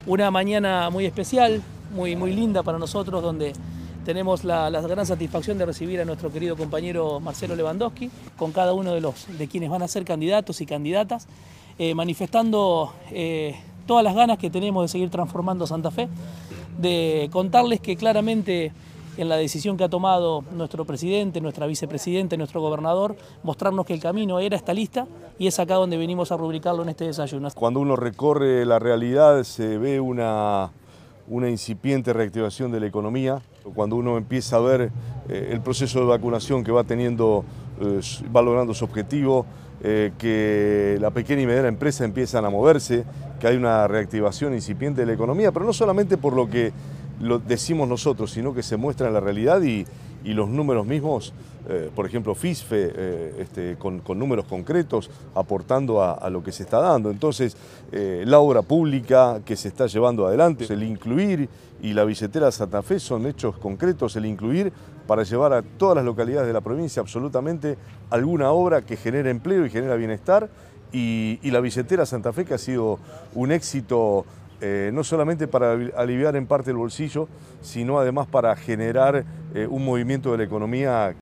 Una mañana muy especial, muy linda para nosotros, donde tenemos la gran satisfacción de recibir a nuestro querido compañero Marcelo Lewandowski, con cada uno de quienes van a ser candidatos y candidatas, manifestando todas las ganas que tenemos de seguir transformando Santa Fe, de contarles que claramente en la decisión que ha tomado nuestro presidente, nuestra vicepresidenta, nuestro gobernador, mostrarnos que el camino era esta lista y es acá donde venimos a rubricarlo en este desayuno. Cuando uno recorre la realidad se ve una incipiente reactivación de la economía. Cuando uno empieza a ver el proceso de vacunación que va teniendo, va logrando su objetivo, que la pequeña y mediana empresa empiezan a moverse, que hay una reactivación incipiente de la economía, pero no solamente por lo que lo decimos nosotros, sino que se muestra en la realidad y los números mismos, por ejemplo FISFE, con números concretos aportando a lo que se está dando. Entonces, la obra pública que se está llevando adelante, el incluir y la billetera de Santa Fe son hechos concretos, el incluir para llevar a todas las localidades de la provincia absolutamente alguna obra que genere empleo y genera bienestar, y la billetera Santa Fe, que ha sido un éxito no solamente para aliviar en parte el bolsillo, sino además para generar un movimiento de la economía